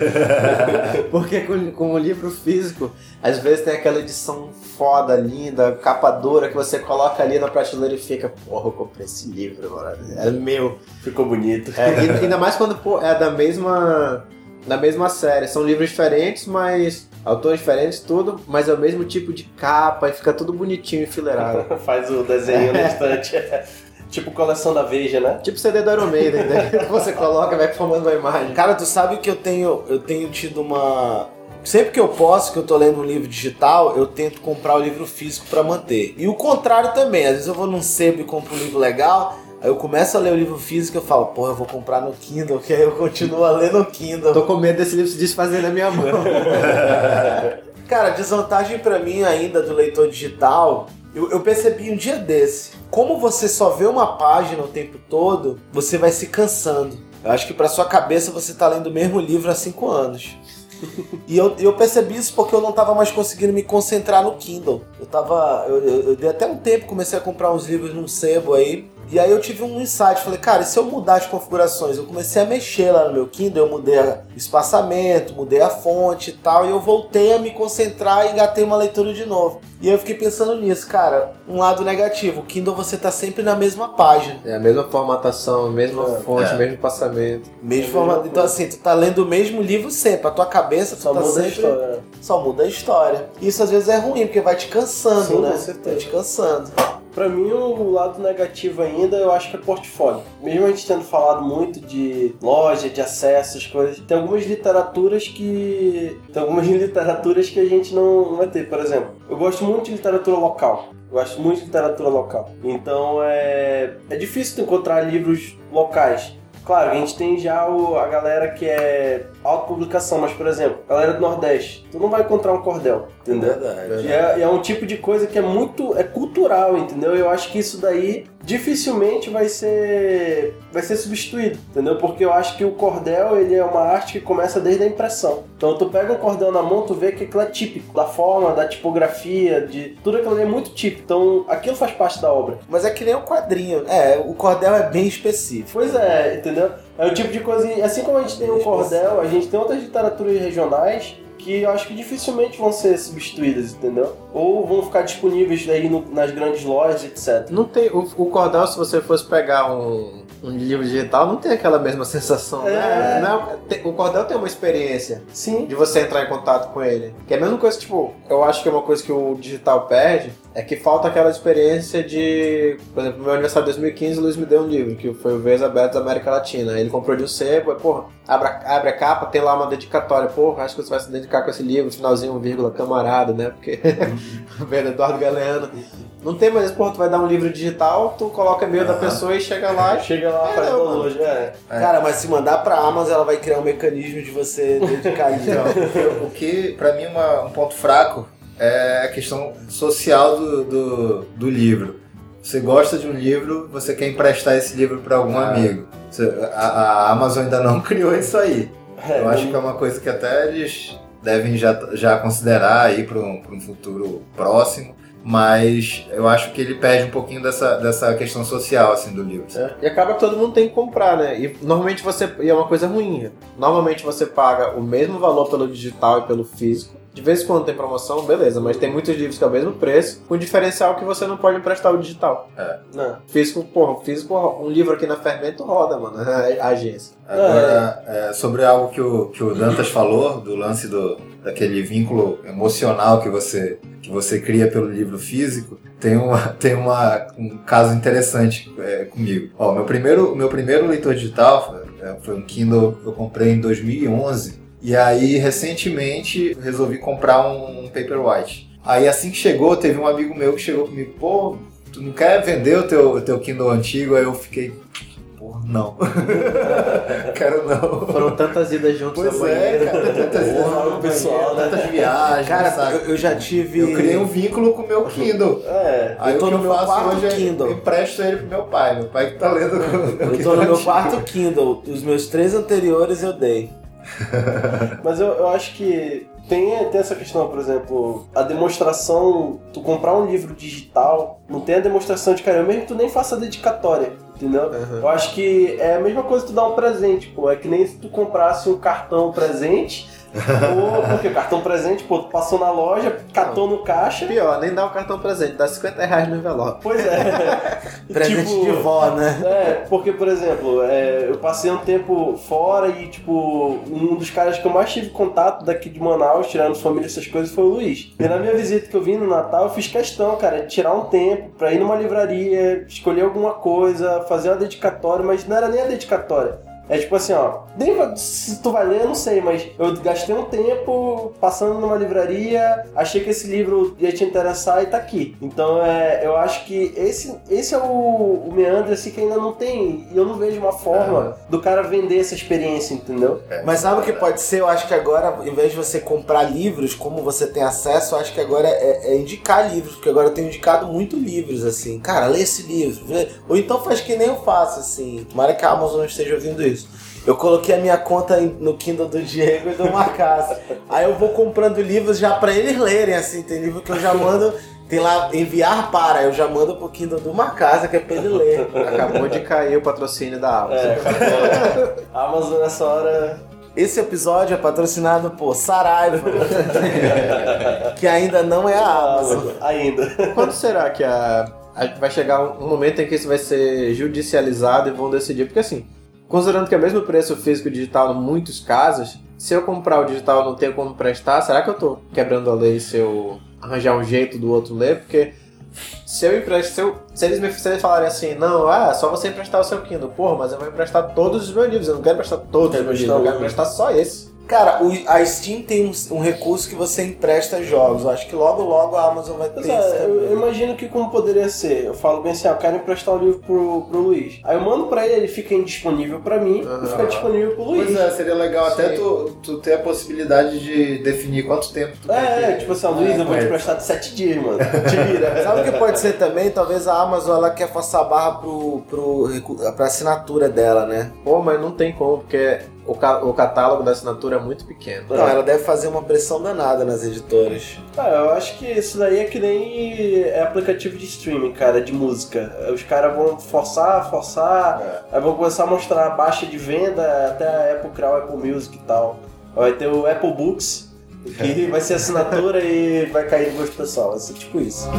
Porque com, com o livro físico, às vezes tem aquela edição foda, linda, capa dura, que você coloca ali na prateleira e fica, porra, eu comprei esse livro, mano. É meu. Ficou bonito. É, e, ainda mais quando pô, é da mesma, da mesma série. São livros diferentes, mas autores diferentes, tudo, mas é o mesmo tipo de capa e fica tudo bonitinho, enfileirado. Faz o desenho na estante. Tipo coleção da Veja, né? Tipo C D do Iron Maiden, né? Você coloca e vai formando uma imagem. Cara, tu sabe que eu tenho, eu tenho tido uma... Sempre que eu posso, que eu tô lendo um livro digital, eu tento comprar o livro físico pra manter. E o contrário também, às vezes eu vou num sebo e compro um livro legal, aí eu começo a ler o livro físico e eu falo, porra, eu vou comprar no Kindle, que aí eu continuo a ler no Kindle. Tô com medo desse livro se desfazer na minha mão. Cara, a desvantagem pra mim ainda do leitor digital, eu, eu percebi um dia desse, como você só vê uma página o tempo todo, você vai se cansando. Eu acho que pra sua cabeça você tá lendo o mesmo livro há cinco anos. E eu, eu percebi isso porque eu não tava mais conseguindo me concentrar no Kindle. Eu tava. Eu, eu, eu dei até um tempo, comecei a comprar uns livros num sebo aí. E aí eu tive um insight, falei, cara, e se eu mudar as configurações? Eu comecei a mexer lá no meu Kindle, eu mudei o espaçamento, mudei a fonte e tal, e eu voltei a me concentrar e engatei uma leitura de novo. E aí eu fiquei pensando nisso, cara, um lado negativo, o Kindle você tá sempre na mesma página. É a mesma formatação, a mesma É, fonte, é. mesmo passamento. Mesmo formato. Então assim, tu tá lendo o mesmo livro sempre, a tua cabeça tu Só tá muda a sempre... história. Só muda a história. Isso às vezes é ruim, porque vai te cansando, Sim, né? com certeza. Vai te cansando. Pra mim, o lado negativo ainda, eu acho que é portfólio. Mesmo a gente tendo falado muito de loja, de acesso, as coisas, tem algumas literaturas que... Tem algumas literaturas que a gente não, não vai ter. Por exemplo, eu gosto muito de literatura local. Eu gosto muito de literatura local. Então, é, é difícil tu encontrar livros locais. Claro, a gente tem já o, a galera que é autopublicação, mas, por exemplo, a galera do Nordeste, tu não vai encontrar um cordel, entendeu? Verdade. E é, e é um tipo de coisa que é muito, é cultural, entendeu? Eu acho que isso daí dificilmente vai ser, vai ser substituído, entendeu? Porque eu acho que o cordel, ele é uma arte que começa desde a impressão. Então tu pega um cordel na mão, tu vê que aquilo é típico, da forma, da tipografia, de tudo aquilo ali é muito típico. Então aquilo faz parte da obra. Mas é que nem um quadrinho. É, o cordel é bem específico. Pois é, entendeu? É o tipo de coisa, assim como a gente tem o cordel, a gente tem outras literaturas regionais que eu acho que dificilmente vão ser substituídas, entendeu? Ou vão ficar disponíveis aí no, nas grandes lojas, etcétera. Não tem, o, o cordel, se você fosse pegar um, um livro digital, não tem aquela mesma sensação, É. né? Não, tem- o cordel tem uma experiência Sim. de você entrar em contato com ele. Que é a mesma coisa, tipo, eu acho que é uma coisa que o digital perde, é que falta aquela experiência de... Por exemplo, no meu aniversário de dois mil e quinze, o Luiz me deu um livro, que foi o Veias Abertas da América Latina. Ele comprou de um sebo, aí, porra, abre, a- abre a capa, tem lá uma dedicatória. Porra, acho que você vai se dedicar com esse livro, finalzinho, vírgula, camarada, né? Porque... Vendo Eduardo Galeano. Não tem mais, porra, tu vai dar um livro digital, tu coloca e-mail da pessoa e chega lá e... Chega lá, É, faz não, download, é. Cara, mas se mandar pra Amazon, ela vai criar um mecanismo de você dedicar isso. Então, o que pra mim uma- um ponto fraco é a questão social do, do, do livro. Você gosta de um livro, você quer emprestar esse livro para algum amigo. Você- a, a Amazon ainda não criou isso aí. É, Eu acho que é uma coisa que até eles devem já, já considerar aí para um, pra um futuro próximo. Mas eu acho que ele perde um pouquinho dessa, dessa questão social assim, do livro. É. E acaba que todo mundo tem que comprar, né? E normalmente você. E é uma coisa ruim. Normalmente você paga o mesmo valor pelo digital e pelo físico. De vez em quando tem promoção, beleza, mas tem muitos livros que é o mesmo preço, com o diferencial que você não pode emprestar o digital. Não. Físico, porra, físico, um livro aqui na Fermento roda, mano, a agência. Agora, é, sobre algo que o, que o Dantas falou, do lance do, daquele vínculo emocional que você, que você cria pelo livro físico, tem, uma, tem uma, um caso interessante é, comigo. Ó, meu primeiro, meu primeiro leitor digital foi, foi um Kindle que eu comprei em dois mil e onze. E aí, recentemente, resolvi comprar um, um Paperwhite. Aí, assim que chegou, teve um amigo meu que chegou comigo, pô, tu não quer vender o teu, o teu Kindle antigo? Aí eu fiquei, porra, não. Quero não. Foram tantas idas juntos Pois na é, banheira. cara. Tantas vezes Porra, no pessoal, banheiro, né? tantas viagens, Cara, sabe? eu, eu já tive... Eu criei um vínculo com o meu Kindle. É. Aí Eu tô o que no eu meu faço quarto hoje é Kindle. eu empresto ele pro meu pai. Meu pai que tá lendo o meu Eu tô no meu quarto Kindle. Os meus três anteriores eu dei. Mas eu, eu acho que tem, tem essa questão, por exemplo, a demonstração, tu comprar um livro digital, não tem a demonstração de carinho, mesmo que tu nem faça a dedicatória, entendeu? Uhum. Eu acho que é a mesma coisa que tu dar um presente, pô, é que nem se tu comprasse um cartão presente, ou, porque cartão presente, pô, tu passou na loja, catou no caixa. Pior, nem dá um cartão presente, dá cinquenta reais no envelope. Pois é. Presente Tipo, de vó, né? É, porque, por exemplo, é, eu passei um tempo fora e, tipo, um dos caras que eu mais tive contato daqui de Manaus, tirando família e essas coisas, foi o Luiz. E na minha visita que eu vim no Natal, eu fiz questão, cara, de tirar um tempo pra ir numa livraria, escolher alguma coisa, fazer uma dedicatória, mas não era nem a dedicatória. É tipo assim, ó, nem se tu vai ler, eu não sei, mas eu gastei um tempo passando numa livraria, achei que esse livro ia te interessar e tá aqui. Então é, eu acho que esse, esse é o, o meandro assim, que ainda não tem, e eu não vejo uma forma é. do cara vender essa experiência, entendeu? É. Mas sabe o que pode ser? Eu acho que agora, em vez de você comprar livros, como você tem acesso, eu acho que agora é, é indicar livros, porque agora eu tenho indicado muito livros, assim. Cara, lê esse livro. Lê. Ou então faz que nem eu faço, assim. Tomara que a Amazon esteja ouvindo isso. Eu coloquei a minha conta no Kindle do Diego e do Marcasso. Aí eu vou comprando livros já pra eles lerem, assim. Tem livro que eu já mando, tem lá enviar para, eu já mando pro Kindle do Marcasso, que é pra ele ler. Acabou de cair o patrocínio da Amazon. É, acabou. A Amazon nessa hora... Esse episódio é patrocinado por Saraiva, que ainda não é a Amazon. Ainda. Quando será que a, a, vai chegar um momento em que isso vai ser judicializado e vão decidir? Porque assim, considerando que é o mesmo preço físico e digital em muitos casos, se eu comprar o digital e não tenho como prestar, será que eu tô quebrando a lei se eu arranjar um jeito do outro ler? Porque se eu empresto, se, eu, se eles me se eles falarem assim, não, ah, só você emprestar o seu Kindle, porra, mas eu vou emprestar todos os meus livros, eu não quero emprestar todos os meus livros, eu quero emprestar só esse. Cara, o, a Steam tem um, um recurso que você empresta jogos. Eu acho que logo, logo a Amazon vai ter Pois isso. é, eu, eu imagino que como poderia ser. Eu falo bem assim, ah, eu quero emprestar um livro pro, pro Luiz. Aí eu mando pra ele, ele fica indisponível pra mim Uhum. e fica disponível pro Luiz. Pois é, seria legal até Sim. tu, tu ter a possibilidade de definir quanto tempo tu É, quer é, que- tipo assim, ó, Luiz, eu vou te É, emprestar de sete dias, mano. Tira. Sabe o que pode ser também? Talvez a Amazon ela quer forçar a barra pro, pro, recu- pra assinatura dela, né? Pô, mas não tem como, porque o, ca- o catálogo da assinatura é muito pequeno. Não, ela deve fazer uma pressão danada nas editoras. Ah, eu acho que isso daí é que nem é aplicativo de streaming, cara, de música. Os caras vão forçar, forçar, aí vão começar a mostrar a baixa de venda até a Apple criar o Apple Music e tal. Vai ter o Apple Books, que vai ser assinatura e vai cair no gosto pessoal. Vai ser tipo isso.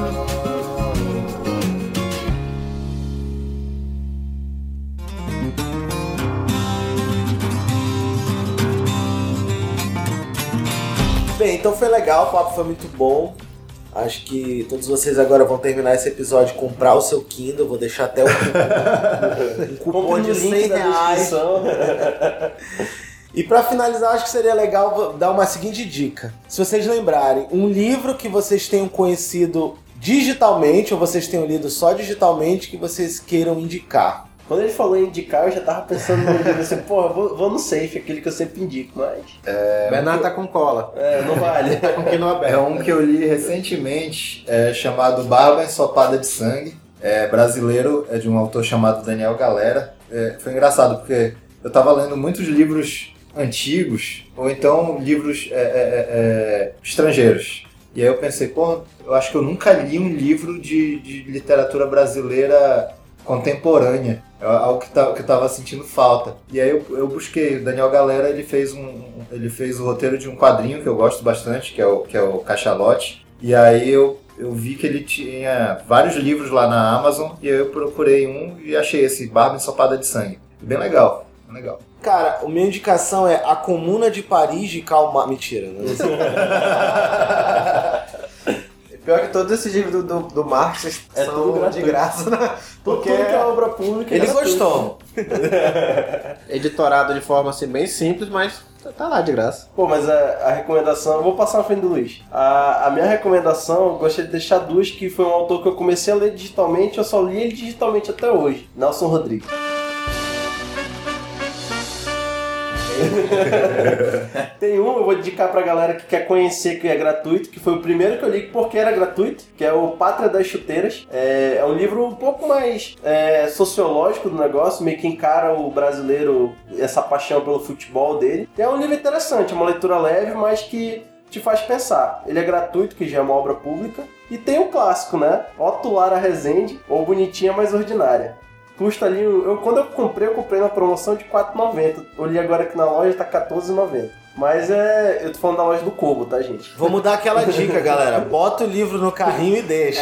Bem, então foi legal, o papo foi muito bom. Acho que todos vocês agora vão terminar esse episódio e comprar o seu Kindle. Eu vou deixar até um, um cupom Compre de no link cem da reais. descrição. E pra finalizar, acho que seria legal dar uma seguinte dica. Se vocês lembrarem, um livro que vocês tenham conhecido digitalmente, ou vocês tenham lido só digitalmente, que vocês queiram indicar. Quando ele falou em indicar, eu já tava pensando no livro assim, porra, vou, vou no Safe, aquele que eu sempre indico, mas... É, Bernardo tá com cola. É, não vale. Tá com quino aberto. É um que eu li recentemente, é, chamado Barba Ensopada de Sangue. É brasileiro, é de um autor chamado Daniel Galera. É, foi engraçado, porque eu tava lendo muitos livros antigos, ou então livros é, é, é, estrangeiros. E aí eu pensei, pô, eu acho que eu nunca li um livro de, de literatura brasileira contemporânea. É algo que, tá, que eu tava sentindo falta. E aí eu, eu busquei. O Daniel Galera, ele fez, um, ele fez o roteiro de um quadrinho que eu gosto bastante, que é o, que é o Cachalote. E aí eu, eu vi que ele tinha vários livros lá na Amazon, e aí eu procurei um e achei esse, Barba Ensopada de Sangue. Bem legal, bem legal. Cara, a minha indicação é A Comuna de Paris de Karl Marx. Mentira, né? Pior que todos esses livros do, do, do Marx É são tudo de gratuito. graça, né? Porque tudo que é obra pública... Ele é gratuito. gostou. Editorado de forma assim bem simples, mas tá lá de graça. Pô, mas a, a recomendação... Eu vou passar na frente do Luiz. A, a minha recomendação, eu gostaria de deixar duas, que foi um autor que eu comecei a ler digitalmente, eu só li ele digitalmente até hoje. Nelson Rodrigues. Tem um, eu vou indicar pra galera que quer conhecer, que é gratuito, que foi o primeiro que eu li porque era gratuito, que é o Pátria das Chuteiras. É, é um livro um pouco mais é, sociológico do negócio, meio que encara o brasileiro, essa paixão pelo futebol dele. É um livro interessante, é uma leitura leve, mas que te faz pensar. Ele é gratuito, que já é uma obra pública. E tem o clássico, né? Otto Lara Rezende, ou Bonitinha Mais Ordinária. Custa ali, eu, quando eu comprei, eu comprei na promoção de quatro reais e noventa centavos. Eu li agora aqui na loja, tá quatorze reais e noventa centavos. Mas é, eu tô falando da loja do Kobo, tá, gente? Vamos dar aquela dica, galera. Bota o livro no carrinho e deixa.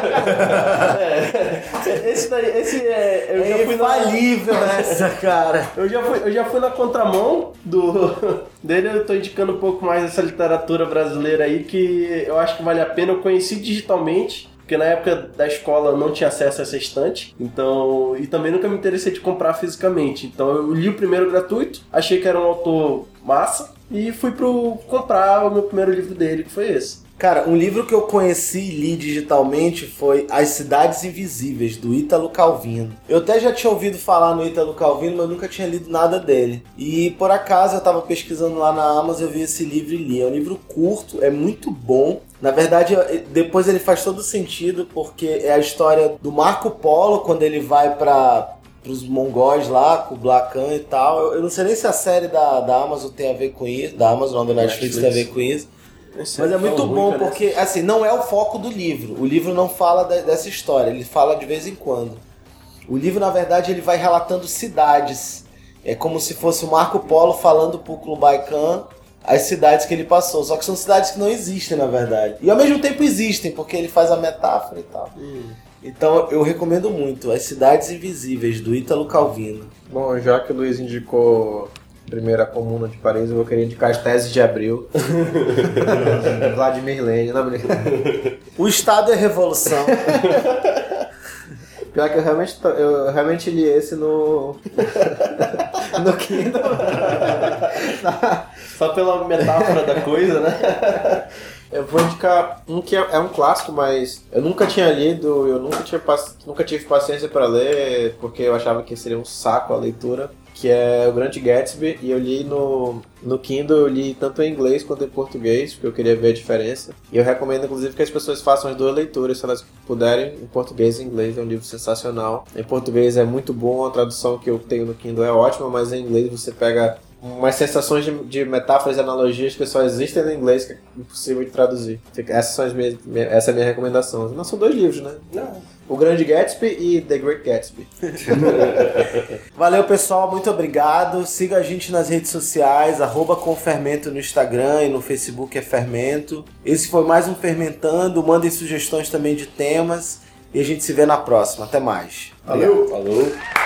É, esse daí, esse é... Eu é já fui infalível na... essa, cara. Eu já, fui, eu já fui na contramão do... dele, eu tô indicando um pouco mais essa literatura brasileira aí, que eu acho que vale a pena. Eu conheci digitalmente, porque na época da escola não tinha acesso a essa estante, então, e também nunca me interessei de comprar fisicamente. Então eu li o primeiro gratuito, achei que era um autor massa, e fui pro comprar o meu primeiro livro dele, que foi esse. Cara, um livro que eu conheci e li digitalmente foi As Cidades Invisíveis, do Ítalo Calvino. Eu até já tinha ouvido falar no Ítalo Calvino, mas eu nunca tinha lido nada dele. E por acaso eu tava pesquisando lá na Amazon, eu vi esse livro e li. É um livro curto, é muito bom. Na verdade, depois ele faz todo sentido, porque é a história do Marco Polo, quando ele vai para os mongóis lá, com o Kublai Khan e tal. Eu, eu não sei nem se a série da, da Amazon tem a ver com isso, da Amazon não, da Netflix, Netflix tem a ver com isso. Esse Mas é muito bom, ruim, porque assim, não é o foco do livro. O livro não fala de, dessa história, ele fala de vez em quando. O livro, na verdade, ele vai relatando cidades. É como se fosse o Marco Polo falando pro Kublai Khan as cidades que ele passou. Só que são cidades que não existem, na verdade. E ao mesmo tempo existem, porque ele faz a metáfora e tal. Hum. Então eu recomendo muito As Cidades Invisíveis, do Ítalo Calvino. Bom, já que o Luiz indicou a primeira comuna de Paris, eu vou querer indicar As Teses de Abril. Vladimir Lenin, não é? O Estado é Revolução. Pior que eu realmente, eu realmente li esse no... no Kindle. Só pela metáfora da coisa, né? Eu vou indicar um que é, é um clássico, mas eu nunca tinha lido, eu nunca, tinha, nunca tive paciência para ler, porque eu achava que seria um saco a leitura, que é O Grande Gatsby, e eu li no, no Kindle, eu li tanto em inglês quanto em português, porque eu queria ver a diferença. E eu recomendo, inclusive, que as pessoas façam as duas leituras, se elas puderem, em português e em inglês. É um livro sensacional. Em português é muito bom, a tradução que eu tenho no Kindle é ótima, mas em inglês você pega umas sensações de, de metáforas e analogias que só existem no inglês, que é impossível de traduzir. Essas são as minhas, essa é a minha recomendação. Não, são dois livros, né? Não. O Grande Gatsby e The Great Gatsby. Valeu, pessoal. Muito obrigado. Siga a gente nas redes sociais, arroba Confermento no Instagram e no Facebook é Fermento. Esse foi mais um Fermentando. Mandem sugestões também de temas e a gente se vê na próxima. Até mais. Valeu. Falou.